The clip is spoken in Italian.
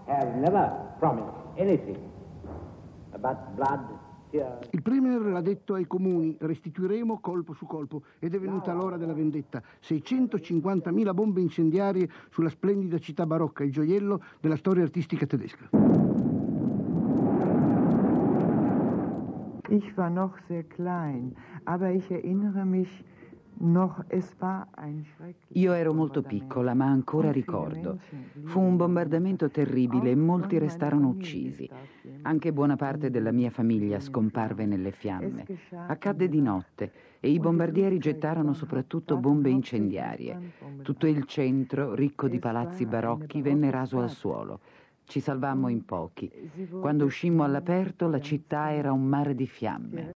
have never promised anything but blood. Il Premier l'ha detto ai comuni: restituiremo colpo su colpo, ed è venuta l'ora della vendetta. 650.000 bombe incendiarie sulla splendida città barocca, il gioiello della storia artistica tedesca. Ich war noch sehr klein, aber ich erinnere mich noch, es war ein schreckliches. Io ero molto piccola, ma ancora ricordo. Fu un bombardamento terribile e molti restarono uccisi. Anche buona parte della mia famiglia scomparve nelle fiamme. Accadde di notte e i bombardieri gettarono soprattutto bombe incendiarie. Tutto il centro, ricco di palazzi barocchi, venne raso al suolo. Ci salvammo in pochi. Quando uscimmo all'aperto, la città era un mare di fiamme.